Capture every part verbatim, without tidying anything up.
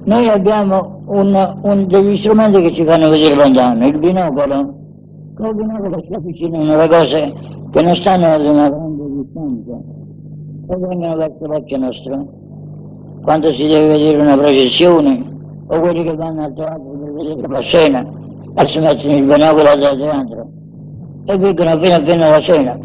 Noi abbiamo un, un degli strumenti che ci fanno vedere lontano, il binocolo. Con il binocolo si avvicinano le cose che non stanno ad una grande distanza e vengono verso l'occhio nostro. Quando si deve vedere una processione, o quelli che vanno al teatro per vedere la scena, e si mettono il binocolo da teatro e vedono appena appena la scena.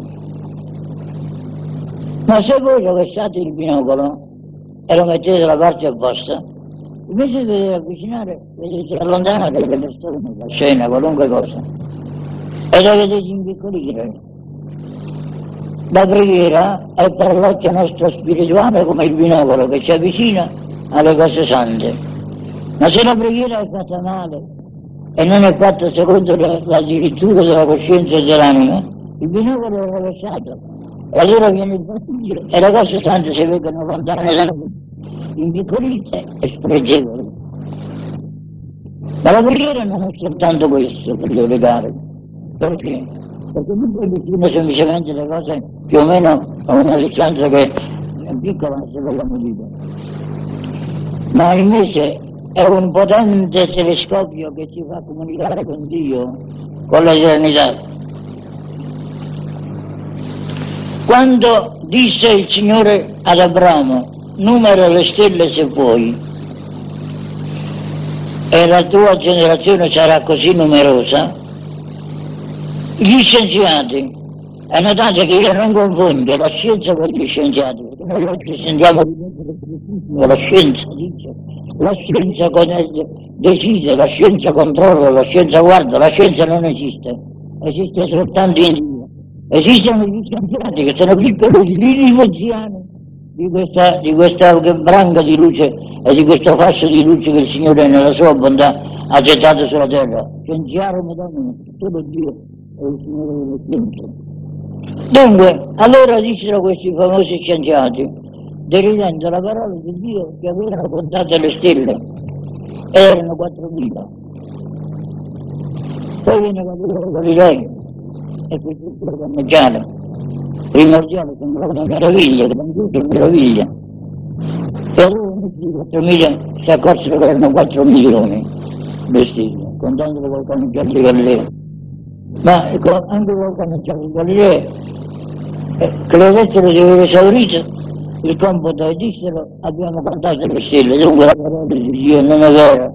Ma se voi rovesciate il binocolo e lo mettete dalla parte opposta, invece di vedere avvicinare, vedete allontanare le persone, la scena, qualunque cosa, e la vedete impiccolire. La preghiera è per l'occhio nostro spirituale come il binocolo che ci avvicina alle cose sante. Ma se la preghiera è fatta male e non è fatta secondo la, la dirittura della coscienza e dell'anima, il binocolo è rovesciato. E allora viene il fastidio e le cose sante si vedono lontane, impiccolite e spregevoli. Ma la preghiera non è soltanto questo per le pregare. Perché? Perché non puoi definire semplicemente le cose più o meno a una distanza che è piccola, se vogliamo dire. Ma invece è un potente telescopio che ci fa comunicare con Dio, con l'eternità. Quando disse il Signore ad Abramo, numera le stelle se vuoi, e la tua generazione sarà così numerosa, gli scienziati, e notate che io non confondo la scienza con gli scienziati, perché noi oggi sentiamo la scienza dice, la scienza decide, la scienza controlla, la scienza guarda, la scienza non esiste, esiste soltanto in Dio. Esistono gli scienziati che sono piccoli rivoziani di questa, di questa branca di luce e di questo fascio di luce che il Signore nella sua bontà ha gettato sulla terra. Scienziare Madonna, solo Dio è il Signore dello Spirito. Dunque, allora dissero questi famosi scienziati, deridendo la parola di Dio che avevano contato le stelle, erano quattromila. Poi viene Galileo Galilei, e per tutto lo danneggiare, primordiale, sembrava una meraviglia, grandiosa meraviglia. E allora i quattromila si accorsero che erano quattro milioni vestiti, contandolo col caneggiato di Galileo. Ma anche col caneggiato di Galileo, eh, che lo dettero di aver esaurito il compito e dissero abbiamo contato le stelle, dunque la parola di Dio non è vera.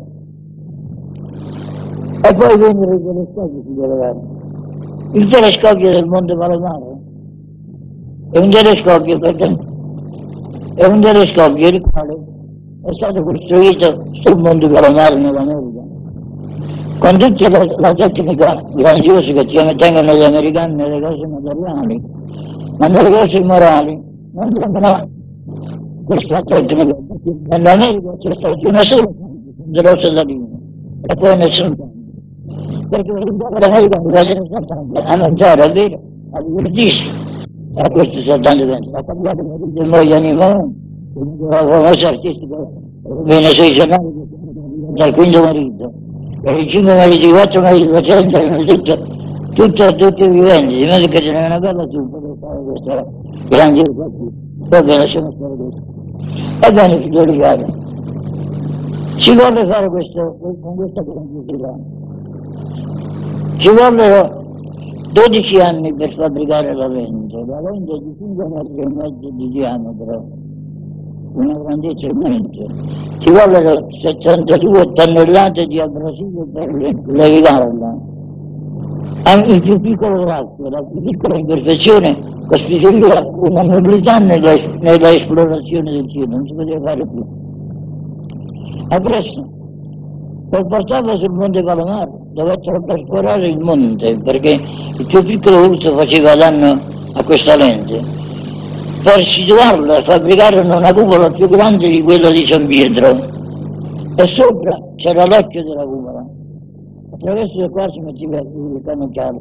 E poi vennero i telescopi si dovevano. Il telescopio del Monte Palomaro è un telescopio, perché è un telescopio il quale è stato costruito sul Monte Palomaro nell'America, con tutta la, la tecnica grandiosa che ci tengono gli americani nelle cose materiali, ma nelle cose morali non tengono questa tecnica. Nell'America c'è stata una sola dell'osso da lino e poi nessun tempo. Perché l'America mi piace soltanto a mangiare, a bere, a divertirsi. E questo soltanto penso. Ha cambiato la vita di moglie animale, la famosa artistica viene sui giornali dal quinto marito. E i cinque mariti, i quattro mariti facendo erano tutto, tutto, tutti viventi, di modo che ce n'è una bella zuppa per fare questa grandiosa qui. Va bene, lasciamo stare questo. Ebbene, figlioli cari, si vuole fare questo con questa grandiosità. Ci vollero dodici anni per fabbricare la lente, la lente è di cinque metri e mezzo di diametro, una grandezza immensa. Ci vollero settantadue tonnellate di abrasivo per levigarla. Anche il più piccolo l'acqua, la più piccola imperfezione costituiva una nullità nella, nella esplorazione del cielo, non si poteva fare più. A presto, per portarla sul Monte Palomaro dovettero perforare il monte perché il più piccolo urso faceva danno a questa lente. Per situarla fabbricarono una cupola più grande di quella di San Pietro e sopra c'era l'occhio della cupola, attraverso il quale si metteva il caneggiato.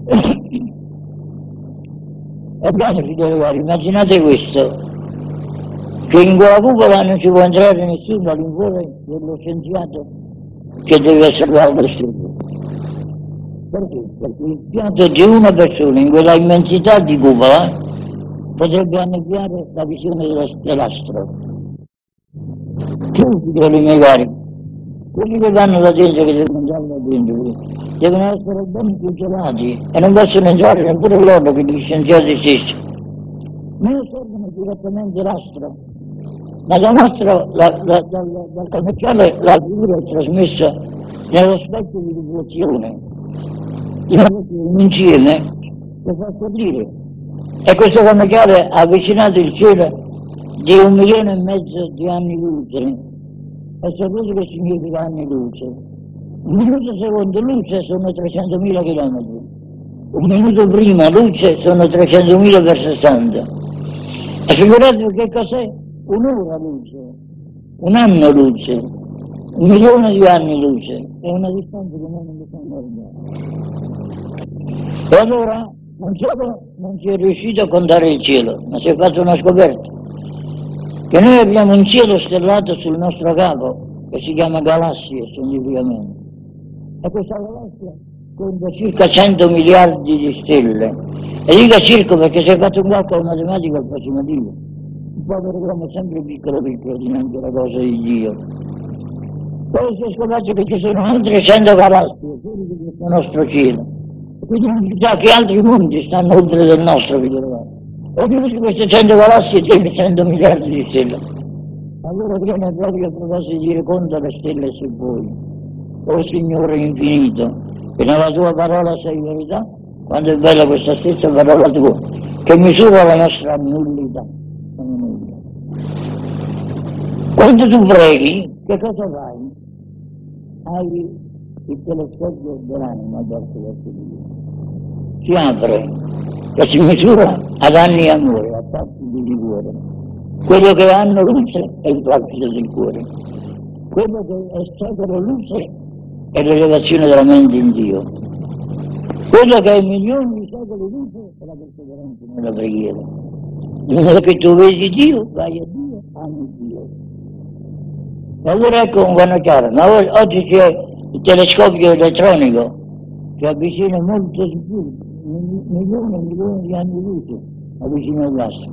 Ebbene, figlioli cari, immaginate questo, che in quella cupola non ci può entrare nessuno all'infuori dello scienziato che deve osservare le stelle. Perché? Perché il pianto di una persona in quella immensità di cupola potrebbe annebbiare la visione dell'astro. figlioli miei cari, quelli che vanno là dentro, che devono andare là dentro, devono essere ben tutelati e non possono entrare neppure loro che gli scienziati stessi. Noi servono direttamente l'astro, ma la nostra, la, la, la, la, la commerciale, la figura è trasmessa nello specchio di riflessione, insieme, lo fa scoprire. E questo commerciale ha avvicinato il cielo di un milione e mezzo di anni luce. E sapete che significa anni luce? Un minuto secondo luce sono trecentomila chilometri, un minuto prima luce sono trecentomila per sessanta. E figuratevi che cos'è? Un'ora luce, un anno luce, un milione di anni luce, è una distanza che noi non possiamo guardare. E allora non solo non si è riuscito a contare il cielo, ma si è fatta una scoperta, che noi abbiamo un cielo stellato sul nostro capo, che si chiama galassia scientificamente, e questa galassia conta circa cento miliardi di stelle, e dico circa perché si è fatto un calcolo matematico approssimativo. Il povero uomo è sempre piccolo piccolo dinanzi alla cosa di Dio. Poi si è scoperto che ci sono altre cento galassie fuori di questo nostro cielo, quindi già che altri mondi stanno oltre del nostro, e di queste cento galassie tiene cento miliardi di stelle. Allora viene proprio a proposito di dire: conta le stelle se vuoi, o Signore infinito, che nella tua parola sei verità, quanto è bella questa stessa parola tua, che misura la nostra nullità. Quando tu preghi, che cosa fai? Hai il telescopio dell'anima verso verso Dio. Si apre e si misura ad anni amore, a palpiti di cuore. Quello che hanno luce è il palpito del cuore. Quello che è secolo luce è l'elevazione della mente in Dio. Quello che è milioni di secoli luce è la perseveranza nella preghiera. In modo che tu vedi Dio, vai a Dio, ami Dio. E allora ecco un buono chiaro, ma oggi c'è il telescopio elettronico che avvicina molto di più, milioni e milioni di anni luce, avvicina all'astro.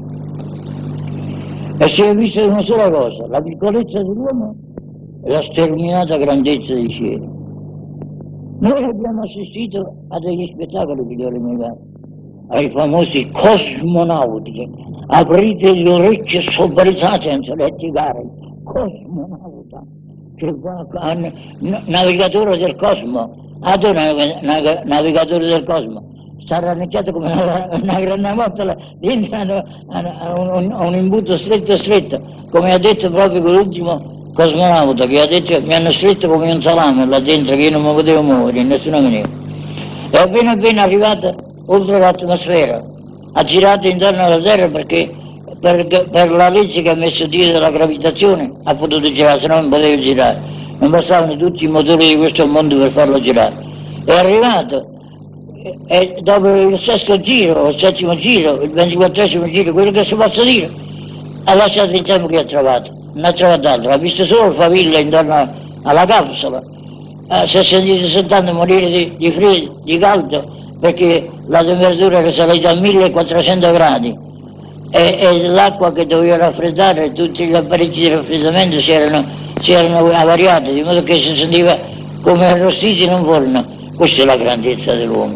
E si è visto una sola cosa: la piccolezza dell'uomo e la sterminata grandezza dei cieli. Noi abbiamo assistito a degli spettacoli, figlioli miei cari, ai famosi cosmonauti. Aprite le orecchie sobbalzate a soletticare. Cosmonauta, che va, navigatore del cosmo, ah tu nav navigatore del cosmo, sta rannicchiato come una, una grande mottola dentro a, a, un, a un imbuto stretto stretto, come ha detto proprio quell'ultimo cosmonauta, che ha detto che mi hanno stretto come un salame là dentro, che io non mi potevo muovere in nessuna maniera. E appena appena arrivata oltre l'atmosfera, ha girato intorno alla Terra perché Per, per la legge che ha messo Dio della gravitazione ha potuto girare, se no non poteva girare, non bastavano tutti i motori di questo mondo per farlo girare. È arrivato e, e dopo il sesto giro, il settimo giro, il ventiquattresimo giro, quello che si possa dire, ha lasciato il tempo che ha trovato, non ha trovato altro, ha visto solo il favilla intorno alla capsula, eh, si è sentito soltanto morire di, di freddo, di caldo, perché la temperatura era salita a millequattrocento gradi. E, e l'acqua che doveva raffreddare, tutti gli apparecchi di raffreddamento si erano, si erano avariati, di modo che si sentiva come arrostiti in un forno. Questa è la grandezza dell'uomo,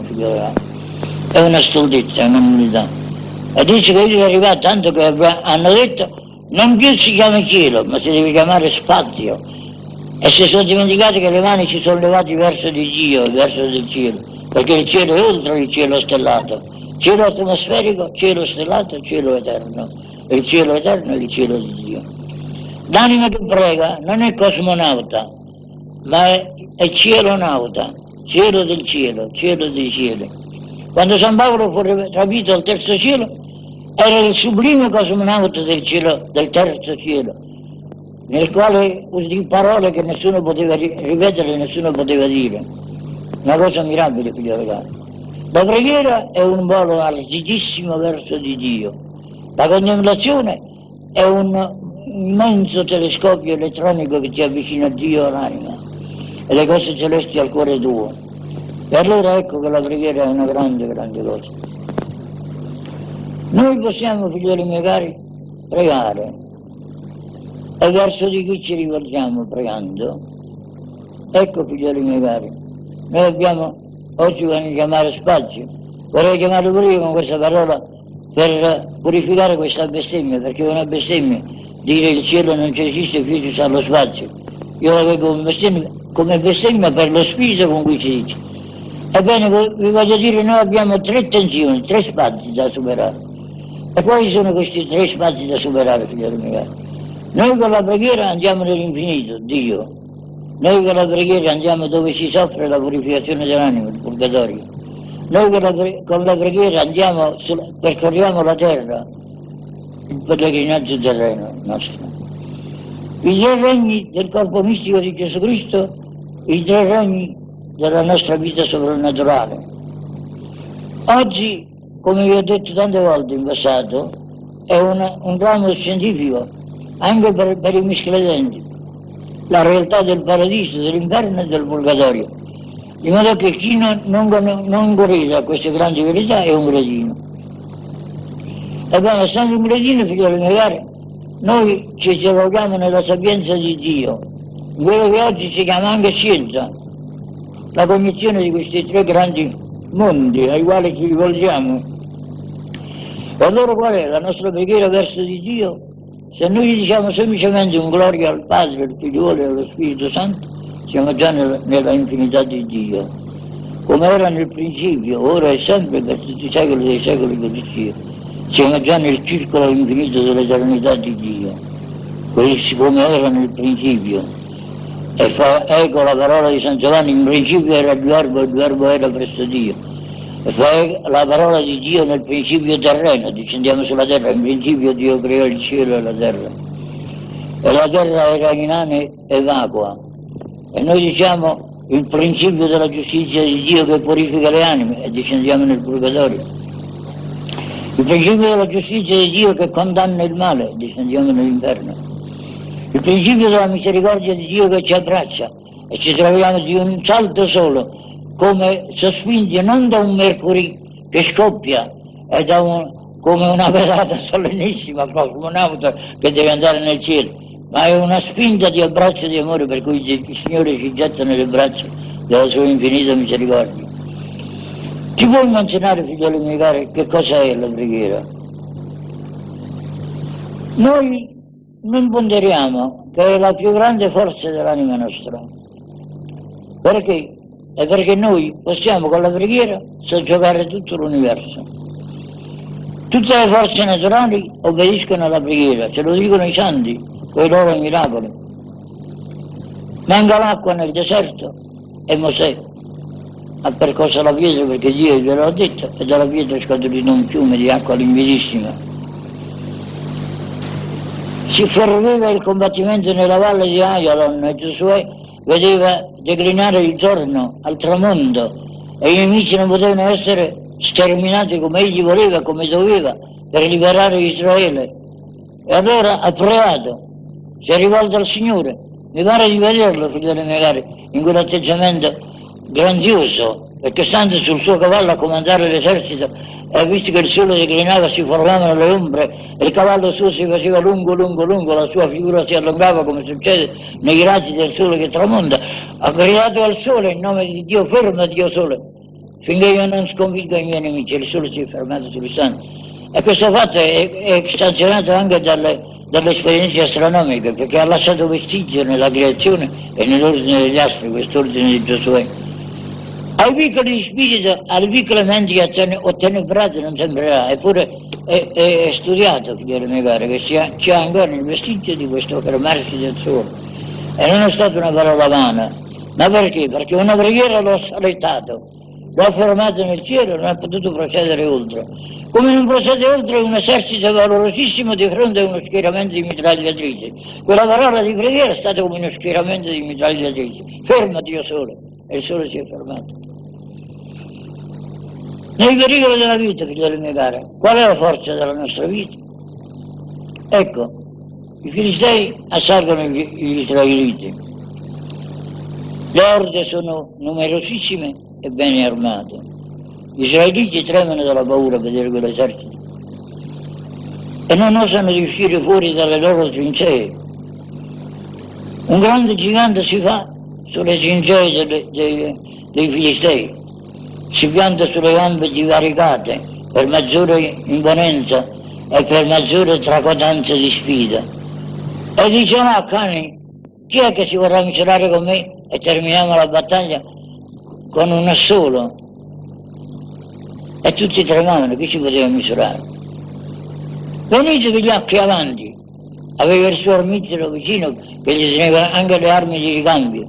è una stoltezza, è una nullità. E dice che lui è arrivato tanto che hanno detto: non più si chiama cielo, ma si deve chiamare spazio. E si sono dimenticati che le mani si sono levate verso di Dio, verso del cielo, perché il cielo è oltre il cielo stellato. Cielo atmosferico, cielo stellato, cielo eterno. E il cielo eterno è il cielo di Dio. L'anima che prega non è cosmonauta, ma è, è cielonauta, cielo del cielo, cielo dei cieli. Quando San Paolo fu rapito al terzo cielo, era il sublime cosmonauta del cielo, del terzo cielo, nel quale usò parole che nessuno poteva ripetere, nessuno poteva dire. Una cosa mirabile, figlio ragazzi. La preghiera è un volo altissimo verso di Dio, la contemplazione è un immenso telescopio elettronico che ti avvicina a Dio all'anima e le cose celesti al cuore tuo. E allora ecco che la preghiera è una grande, grande cosa. Noi possiamo, figlioli miei cari, pregare e verso di chi ci rivolgiamo pregando? Ecco, figlioli miei cari, noi abbiamo, oggi vogliono chiamare spazio, vorrei chiamare pure io con questa parola per purificare questa bestemmia, perché è una bestemmia dire il cielo non ci esiste, più ci sta lo spazio. Io la vedo come bestemmia, come bestemmia per lo spirito con cui ci dice. Ebbene, vi voglio dire, noi abbiamo tre tensioni, tre spazi da superare. E quali sono questi tre spazi da superare, figlioli miei cari? Noi con la preghiera andiamo nell'infinito, Dio. Noi con la preghiera andiamo dove si soffre la purificazione dell'anima, il purgatorio. Noi con la, pre- con la preghiera andiamo, sulla, percorriamo la terra, il pellegrinaggio terreno nostro. I tre regni del corpo mistico di Gesù Cristo, i tre regni della nostra vita soprannaturale. Oggi, come vi ho detto tante volte in passato, è una, un ramo scientifico anche per, per i miscredenti, la realtà del paradiso, dell'inferno e del purgatorio, di modo che chi non, non, non crede a queste grandi verità è un cretino. Ebbene, essendo un cretino, figlioli miei cari, noi ci giochiamo nella sapienza di Dio, in quello che oggi si chiama anche scienza, la cognizione di questi tre grandi mondi ai quali ci rivolgiamo. E allora qual è la nostra preghiera verso di Dio? Se noi gli diciamo semplicemente un gloria al Padre, al Figliolo e allo Spirito Santo, siamo già nella, nella infinità di Dio, come era nel principio, ora e sempre, per tutti i secoli dei secoli così sia. Siamo già nel circolo infinito dell'eternità di Dio, così come era nel principio. E fa eco la parola di San Giovanni, in principio era il Verbo e il Verbo era presso Dio. E fa la parola di Dio nel principio terreno, discendiamo sulla terra, in principio Dio creò il cielo e la terra. E la terra era inane e vacua. E noi diciamo il principio della giustizia di Dio che purifica le anime e discendiamo nel purgatorio. Il principio della giustizia di Dio che condanna il male, discendiamo nell'inferno. Il principio della misericordia di Dio che ci abbraccia e ci troviamo di un salto solo, come sospinti non da un mercurio che scoppia e da un, come una pedata solennissima cosmonauta che deve andare nel cielo, ma è una spinta di abbraccio di amore per cui il Signore ci getta nelle braccia della sua infinita misericordia. Ci puoi immaginare, figlioli miei cari, che cosa è la preghiera? Noi non ponderiamo che è la più grande forza dell'anima nostra. Perché? È perché noi possiamo con la preghiera soggiogare tutto l'universo. Tutte le forze naturali obbediscono alla preghiera, ce lo dicono i santi, con i loro miracoli. Manca l'acqua nel deserto e Mosè ha percorso la pietra perché Dio glielo ha detto e dalla pietra è scaturito un fiume di acqua limpidissima. Si ferveva il combattimento nella valle di Ayalon e Giosuè vedeva declinare il giorno al tramonto e i nemici non potevano essere sterminati come egli voleva, come doveva, per liberare Israele. E allora ha pregato, si è rivolto al Signore. Mi pare di vederlo, figlioli miei cari, in quell'atteggiamento grandioso, perché stando sul suo cavallo a comandare l'esercito, e visto che il sole declinava, si formavano le ombre e il cavallo suo si faceva lungo, lungo, lungo, la sua figura si allungava come succede nei raggi del sole che tramonta, ha gridato al sole in nome di Dio, ferma Dio sole, finché io non sconfiggo i miei nemici. Il sole si è fermato sull'istante. E questo fatto è, è sanzionato anche dalle, dalle esperienze astronomiche, perché ha lasciato vestigio nella creazione e nell'ordine degli astri, quest'ordine di Giosuè. Ai piccoli spiriti, alle piccole menti ottenebrate non sembrerà, eppure è, è, è studiato, figlioli miei cari, che c'è, c'è ancora il vestigio di questo fermarsi del sole. E non è stata una parola vana, ma perché? Perché una preghiera lo ha salutato, lo ha fermato nel cielo e non ha potuto procedere oltre. Come non procede oltre un esercito valorosissimo di fronte a uno schieramento di mitragliatrici. Quella parola di preghiera è stata come uno schieramento di mitragliatrici. Ferma Dio sole. E il sole si è fermato. Nei pericoli della vita, figlioli miei cari, qual è la forza della nostra vita? Ecco, i filistei assalgono gli israeliti. Le orde sono numerosissime e ben armate. Gli israeliti tremano dalla paura a vedere quell'esercito e non osano di uscire fuori dalle loro trincee. Un grande gigante si fa sulle trincee dei, dei, dei Filistei, si pianta sulle gambe divaricate per maggiore imponenza e per maggiore tracotanza di sfida. E dice: no, cani, chi è che si vorrà misurare con me? E terminiamo la battaglia con uno solo. E tutti tremavano, chi ci poteva misurare? Venite gli occhi avanti. Aveva il suo armigero vicino che gli teneva anche le armi di ricambio.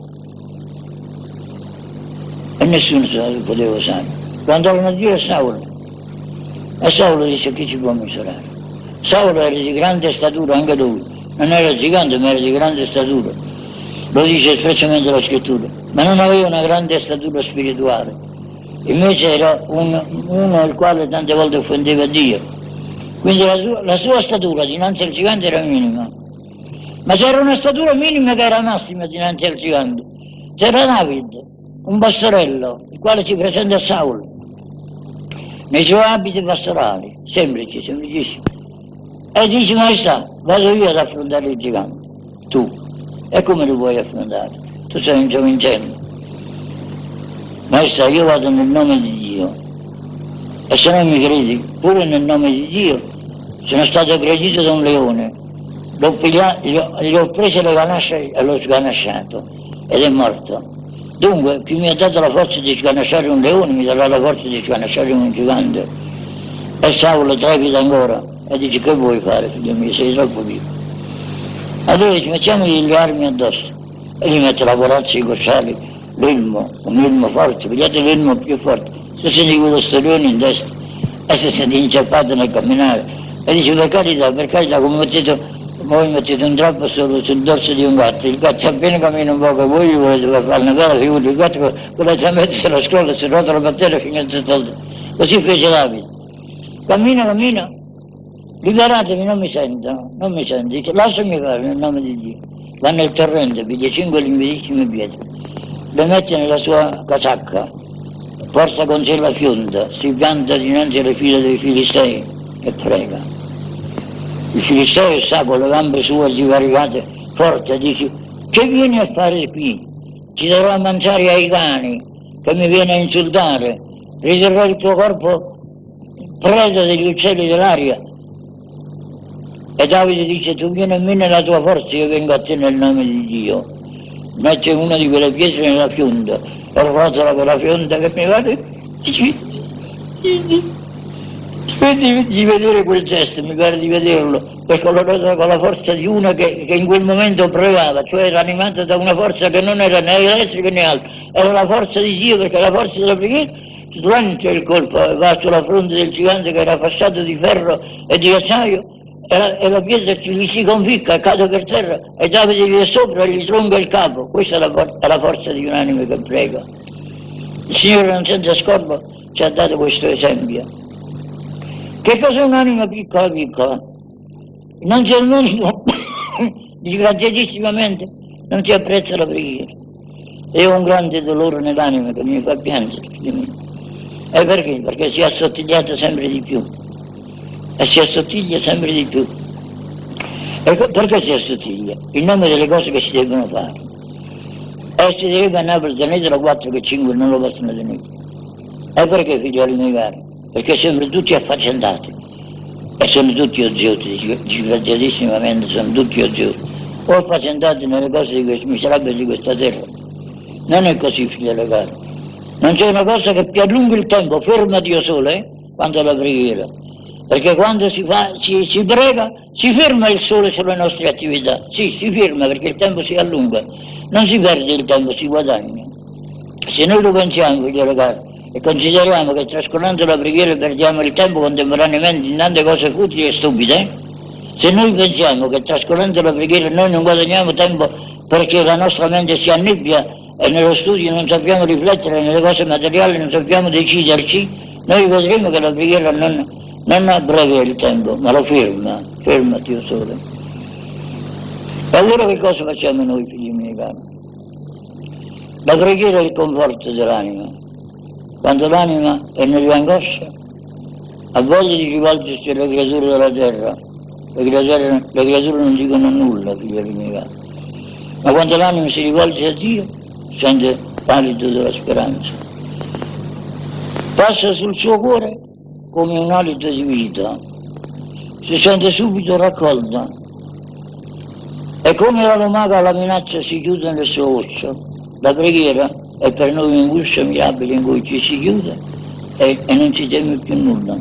E nessuno se le poteva usare. Lo andarono a dire a Saulo. E Saulo disse: chi ci può misurare? Saulo era di grande statura anche lui. Non era gigante, ma era di grande statura. Lo dice espressamente la scrittura. Ma non aveva una grande statura spirituale. Invece era un, uno il quale tante volte offendeva Dio. Quindi la sua, la sua statura dinanzi al gigante era minima. Ma c'era una statura minima che era massima dinanzi al gigante. C'era Davide, un pastorello, il quale si presenta a Saulo, nei suoi abiti pastorali, semplici, semplicissimi. E dice: maestà, vado io ad affrontare il gigante. Tu. E come lo vuoi affrontare? Tu sei un giovincello. Maestà, io vado nel nome di Dio. E se non mi credi, pure nel nome di Dio, sono stato aggredito da un leone. L'ho pigliato, gli, ho, gli ho preso le ganasce e l'ho sganasciato. Ed è morto. Dunque, chi mi ha dato la forza di sganasciare un leone, mi darà la forza di sganasciare un gigante. E Saulo trepida ancora e dice: che vuoi fare, figlio mio, sei troppo piccolo. Allora ci mettiamogli le armi addosso. E gli mette la corazza, i cosciali, l'elmo, un elmo forte, pigliate l'elmo più forte. Se senti quello storione in testa e se senti inciampato nel camminare. E dice: per carità, per carità, come mettete, voi mettete un drappo solo sul dorso di un gatto, il gatto appena cammina un po' che voi volete fare una bella figura, il gatto con la zametta se la scrolla, si rotola la terra fino a tolto. Così fece Davide. Cammina, cammina, liberatemi, non mi sentono, non mi sentono, dice: lasciami fare nel nome di Dio. Va nel torrente, piglia cinque limpidissime pietre, le mette nella sua casacca, porta con sé la fionda, si pianta dinanzi alle file dei Filistei e prega. Il Filisteo sa con le gambe sue divaricate, forte, dice: che vieni a fare qui? Ci darò a mangiare ai cani, che mi viene a insultare, riterrò il tuo corpo preda degli uccelli dell'aria. E Davide dice: tu vieni a me nella tua forza, io vengo a te nel nome di Dio. Mette una di quelle pietre nella fionda e rotola quella fionda che mi pare di, di vedere quel gesto, mi pare di vederlo, perché lo rotola con la forza di una che, che in quel momento pregava, cioè era animata da una forza che non era né elettrica né altro, era la forza di Dio, perché la forza della preghiera lancia il colpo, va sulla fronte del gigante che era fasciato di ferro e di acciaio. E la, e la pietra gli si conficca, cade per terra e Davide gli è sopra e gli tronca il capo. Questa è la, è la forza di un'anima che prega. Il Signore, non senza scorbo, ci ha dato questo esempio. Che cos'è un'anima piccola piccola? Non c'è il mondo, disgraziatissimamente, non si apprezza la preghiera. E ho un grande dolore nell'anima che mi fa piangere. E perché? Perché si è assottigliata sempre di più. E si assottiglia sempre di più. E perché si assottiglia? In nome delle cose che si devono fare. E si deve a Napoli, tenetelo quattro che cinque non lo possono tenere. E perché, figlioli miei cari? Perché sempre tutti affaccendati. E sono tutti oziosi, disgraziatissimamente sono tutti oziosi. O affaccendati nelle cose di questo, miserabili di questa terra. Non è così, figlioli cari. Non c'è una cosa che più allunga il tempo, ferma Dio solo, eh? Quanto la preghiera. Perché quando si, fa, si, si prega, si ferma il sole sulle nostre attività. Sì, si ferma perché il tempo si allunga. Non si perde il tempo, si guadagna. Se noi lo pensiamo, figlioli cari, e consideriamo che trascorrendo la preghiera perdiamo il tempo contemporaneamente in tante cose futili e stupide, eh? Se noi pensiamo che trascorrendo la preghiera noi non guadagniamo tempo perché la nostra mente si annebbia e nello studio non sappiamo riflettere, nelle cose materiali non sappiamo deciderci, noi vedremo che la preghiera non... non abbrevia il tempo, ma lo ferma, ferma Dio solo. E allora che cosa facciamo noi, figli miei cari? La preghiera è il conforto dell'anima. Quando l'anima è nell'angoscia, ha voglia di rivolgersi alle creature della terra, le creature, le creature non dicono nulla, figli miei cari. ma quando l'anima si rivolge a Dio, sente l'alito della speranza. Passa sul suo cuore come un alito di vita, si sente subito raccolta. E come la lumaca alla minaccia si chiude nel suo osso, la preghiera è per noi un guscio mirabile in cui ci si chiude e, e non si teme più nulla.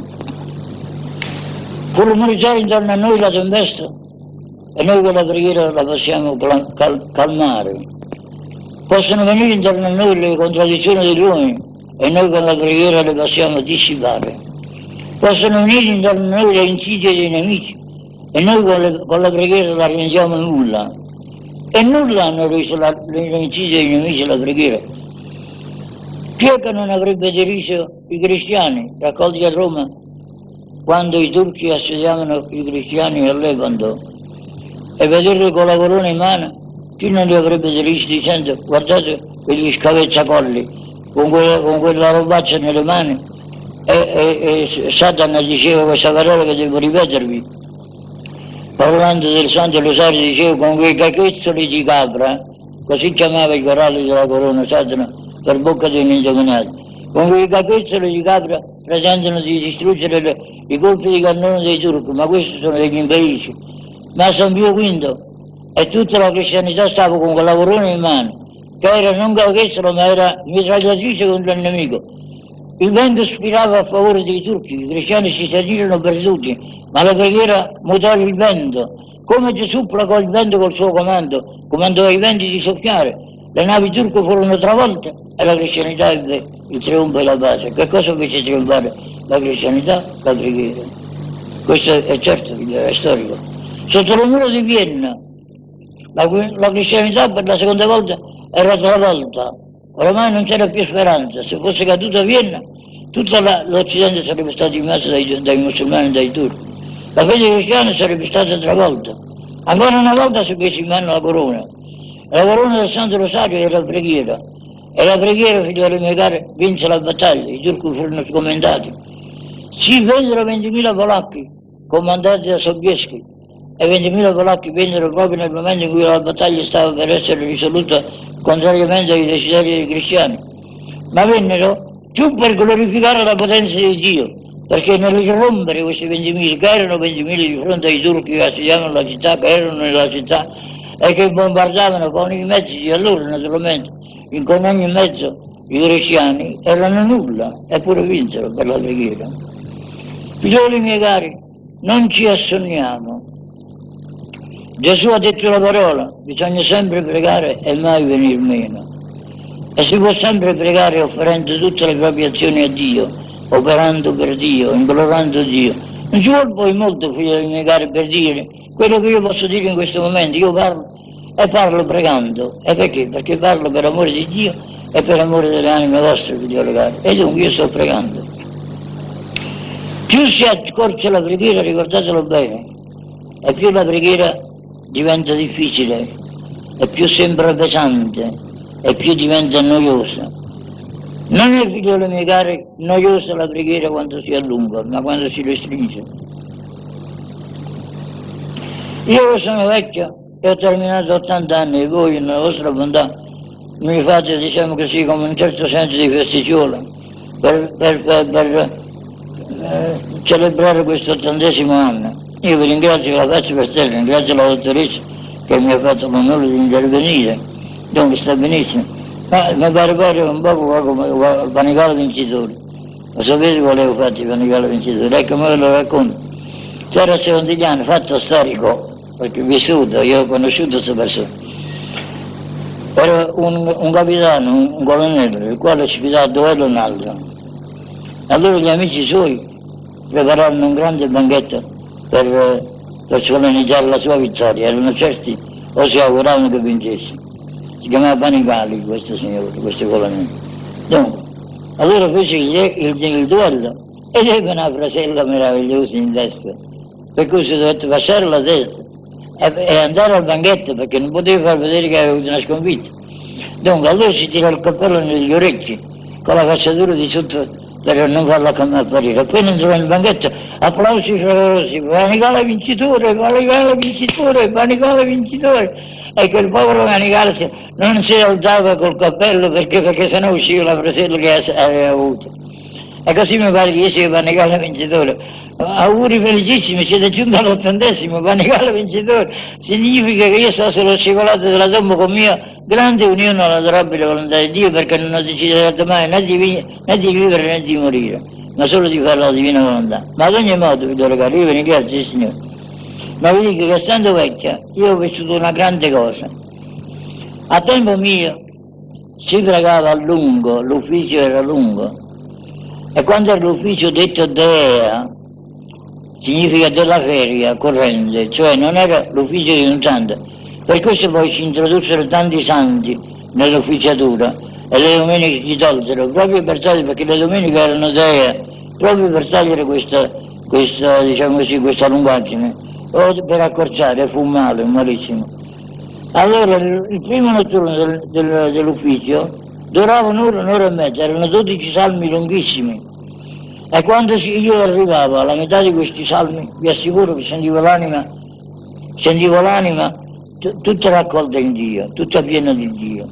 Può rumoreggiare intorno a noi la tempesta e noi con la preghiera la possiamo cal- cal- calmare. Possono venire intorno a noi le contraddizioni degli uomini e noi con la preghiera le possiamo dissipare. Possono venire intorno a noi le insidie dei nemici e noi con, le, con la preghiera la rendiamo nulla. E nulla hanno reso la, le insidie dei nemici la preghiera. Chi è che non avrebbe deriso i cristiani raccolti a Roma quando i turchi assediavano i cristiani a Lepanto e vederli con la corona in mano? Chi non li avrebbe derisi dicendo guardate quegli scavezzacolli con quella, con quella robaccia nelle mani? E, e, e Satana diceva questa parola che devo ripetervi, parlando del Santo Rosario, diceva con quei cacchezzoli di capra, così chiamava i coralli della corona Satana per bocca dei indovinati, con quei cacchezzoli di capra pretendano di distruggere le, i colpi di cannone dei turchi, ma questi sono degli infelici. Ma San Pio V e tutta la cristianità stava con quella corona in mano, che era non cacchezzolo ma era mitragliatrice contro il nemico. Il vento spirava a favore dei turchi, i cristiani si sentirono perduti, ma la preghiera mutò il vento. Come Gesù placò il vento col suo comando, comandò ai venti di soffiare, le navi turche furono travolte e la cristianità ebbe il trionfo e la pace. Che cosa fece trionfare la cristianità? La preghiera. Questo è certo, è storico. Sotto le mura di Vienna la, la cristianità per la seconda volta era travolta. Ormai non c'era più speranza, se fosse caduta Vienna tutto la, l'Occidente sarebbe stato immerso dai, dai musulmani e dai turchi. La fede cristiana sarebbe stata travolta. Ancora una volta si prese in mano la corona. La corona del Santo Rosario era la preghiera. E la preghiera, figlioli miei cari, vinse la battaglia, i turchi furono scomandati. Si vennero ventimila polacchi comandati da Sobieski e ventimila polacchi vennero proprio nel momento in cui la battaglia stava per essere risoluta contrariamente ai desideri dei cristiani, ma vennero più per glorificare la potenza di Dio, perché nell'irrompere questi ventimila, che erano ventimila di fronte ai turchi che assediavano la città, che erano nella città e che bombardavano con i mezzi di allora naturalmente, in con ogni mezzo i cristiani, erano nulla, eppure vinsero per la preghiera. Figlioli miei cari, non ci assonniamo. Gesù ha detto la parola, bisogna sempre pregare e mai venir meno. E si può sempre pregare offrendo tutte le proprie azioni a Dio, operando per Dio, implorando Dio. Non ci vuole poi molto, figlioli miei cari, per dire quello che io posso dire in questo momento. Io parlo e parlo pregando. E perché? Perché parlo per amore di Dio e per amore delle anime vostre, figlioli cari. E dunque io sto pregando. Più si accorcia la preghiera, ricordatelo bene, e più la preghiera diventa difficile, e più sembra pesante, e più diventa noiosa. Non è, figlioli miei cari, noiosa la preghiera quando si allunga, ma quando si restringe. Io sono vecchio e ho terminato ottanta anni e voi, nella vostra bontà, mi fate, diciamo così, come un certo senso di festicciolo per, per, per, per eh, celebrare questo ottantesimo anno. Io vi ringrazio, la faccio per te, ringrazio la dottoressa che mi ha fatto l'onore di intervenire, dunque sta benissimo. Ma mi pare proprio un po' come il Panicale vincitore. Lo sapete qual è fatto il Panicale vincitore? Ecco, me lo racconto. C'era Secondigliano, fatto storico, perché ho vissuto, io ho conosciuto questa persona. Era un, un capitano, un, un colonnello, il quale ci fidava a duello un altro. Allora gli amici suoi prepararono un grande banchetto per, per solennizzare la sua vittoria, erano certi o si auguravano che vincesse. Si chiamava Panicali questo signore, questo colonnello. Dunque, allora fece il, il, il duello ed ebbe una frasella meravigliosa in testa, per cui si dovette passare la testa e, e andare al banchetto perché non poteva far vedere che aveva avuto una sconfitta. Dunque allora si tirò il cappello negli orecchi con la fasciatura di sotto per non farla apparire. Appena entrò nel banchetto, applausi fervorosi, Panicale vincitore, Panicale vincitore, Panicale vincitore. E quel povero Canicale non si alzava col cappello perché, perché sennò usciva la frasella che aveva avuto. E così mi pare che io sia Panicale vincitore. Auguri felicissimi, siete giunti all'ottantesimo, Panicale vincitore. Significa che io sono sulla scivolata della tomba con mia grande unione all'adorabile volontà di Dio, perché non ho deciso mai né di, né di vivere né di morire, ma solo di fare la divina volontà. Ma ad ogni modo, vi do regalo, io vi ringrazio il Signore. Ma vi dico che essendo vecchia, io ho vissuto una grande cosa. A tempo mio si pregava a lungo, l'ufficio era lungo, e quando era l'ufficio detto Dea, significa della feria corrente, cioè non era l'ufficio di un santo. Per questo poi si introdussero tanti santi nell'ufficiatura e le domeniche si tolsero, proprio per togliere, perché le domeniche erano Dea, proprio per togliere questa, questa, diciamo così, questa lungaggine, o per accorciare, fu male, malissimo. Allora il, il primo notturno del, del, dell'ufficio durava un'ora, un'ora e mezza, erano dodici salmi lunghissimi. E quando io arrivavo alla metà di questi salmi, vi assicuro che sentivo l'anima, sentivo l'anima t- tutta raccolta in Dio, tutta piena di Dio.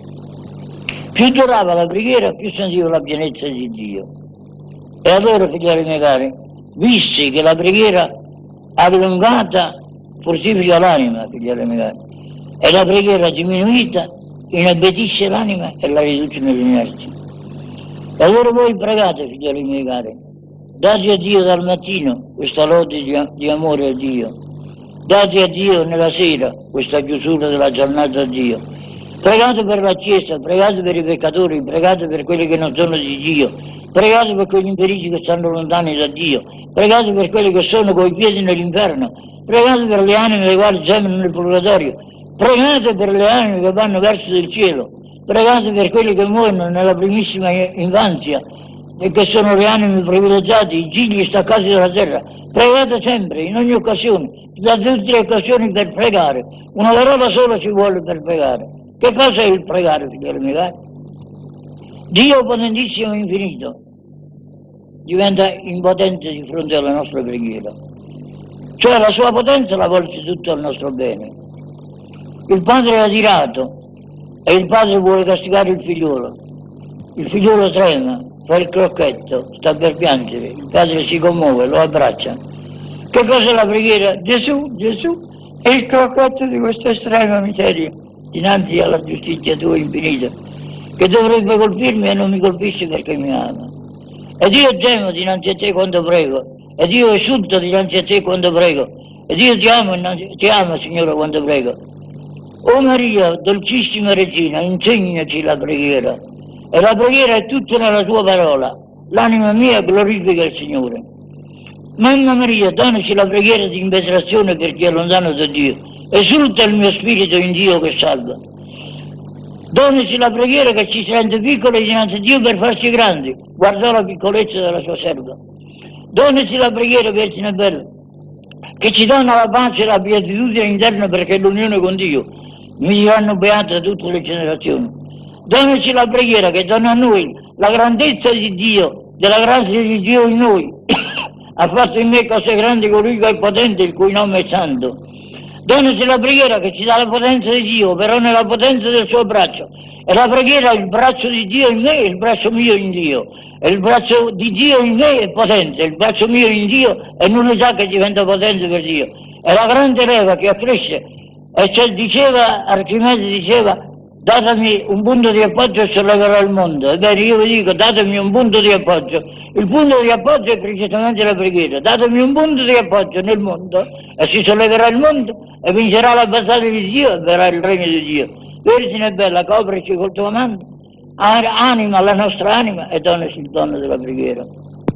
Più durava la preghiera, più sentivo la pienezza di Dio. E allora, figlioli miei cari, visti che la preghiera allungata fortifica l'anima, figlioli miei cari, e la preghiera diminuita inebbetisce l'anima e la riduce nell'inerzia. E allora voi pregate, figlioli miei cari, date a Dio dal mattino questa lode di, di amore a Dio, date a Dio nella sera questa chiusura della giornata a Dio, pregate per la Chiesa, pregate per i peccatori, pregate per quelli che non sono di Dio, pregate per quegli infelici che stanno lontani da Dio, pregate per quelli che sono coi piedi nell'inferno, pregate per le anime le quali sembrano nel purgatorio, pregate per le anime che vanno verso il cielo, pregate per quelli che muoiono nella primissima infanzia e che sono le anime privilegiate, i gigli staccati dalla terra. Pregate sempre, in ogni occasione, da tutte le occasioni per pregare. Una parola sola ci vuole per pregare. Che cosa è il pregare, figlioli miei cari? Dio potentissimo e infinito diventa impotente di fronte alla nostra preghiera. Cioè la sua potenza la volge tutto al nostro bene. Il padre è adirato e il padre vuole castigare il figliolo. Il figliolo trema, fa il crocchetto, sta per piangere, il padre si commuove, lo abbraccia. Che cos'è la preghiera? Gesù, Gesù è il crocchetto di questa estrema miseria dinanzi alla giustizia tua infinita, che dovrebbe colpirmi e non mi colpisce perché mi ama. Ed io gemo dinanzi a te quando prego, ed io esulto dinanzi a te quando prego, ed io ti amo, ti amo Signore quando prego. O Maria, dolcissima regina, insegnaci la preghiera. E la preghiera è tutta nella tua parola. L'anima mia glorifica il Signore. Mamma Maria, donaci la preghiera di impetrazione per chi è lontano da Dio. Esulta il mio spirito in Dio che salva. Donaci la preghiera che ci rende piccoli dinanzi a Dio per farci grandi. Guardò la piccolezza della sua serva. Donaci la preghiera, Vergine Bella, che ci dona la pace e la beatitudine interna perché è l'unione con Dio. Mi diranno beate da tutte le generazioni. Donaci la preghiera che dona a noi la grandezza di Dio, della grazia di Dio in noi. Ha fatto in me cose grandi colui che è potente, il cui nome è santo. Donaci la preghiera che ci dà la potenza di Dio, però nella potenza del suo braccio. E la preghiera è il braccio di Dio in me e il braccio mio in Dio. E il braccio di Dio in me è potente, il braccio mio in Dio è nullità che diventa potente per Dio. È la grande leva che accresce. E cioè diceva, Archimede diceva, datemi un punto di appoggio e solleverò il mondo. Ebbene io vi dico, datemi un punto di appoggio. Il punto di appoggio è precisamente la preghiera. Datemi un punto di appoggio nel mondo e si solleverà il mondo e vincerà la battaglia di Dio e verrà il regno di Dio. Vergine bella, coprici col tuo manto, anima la nostra anima e donaci il dono della preghiera.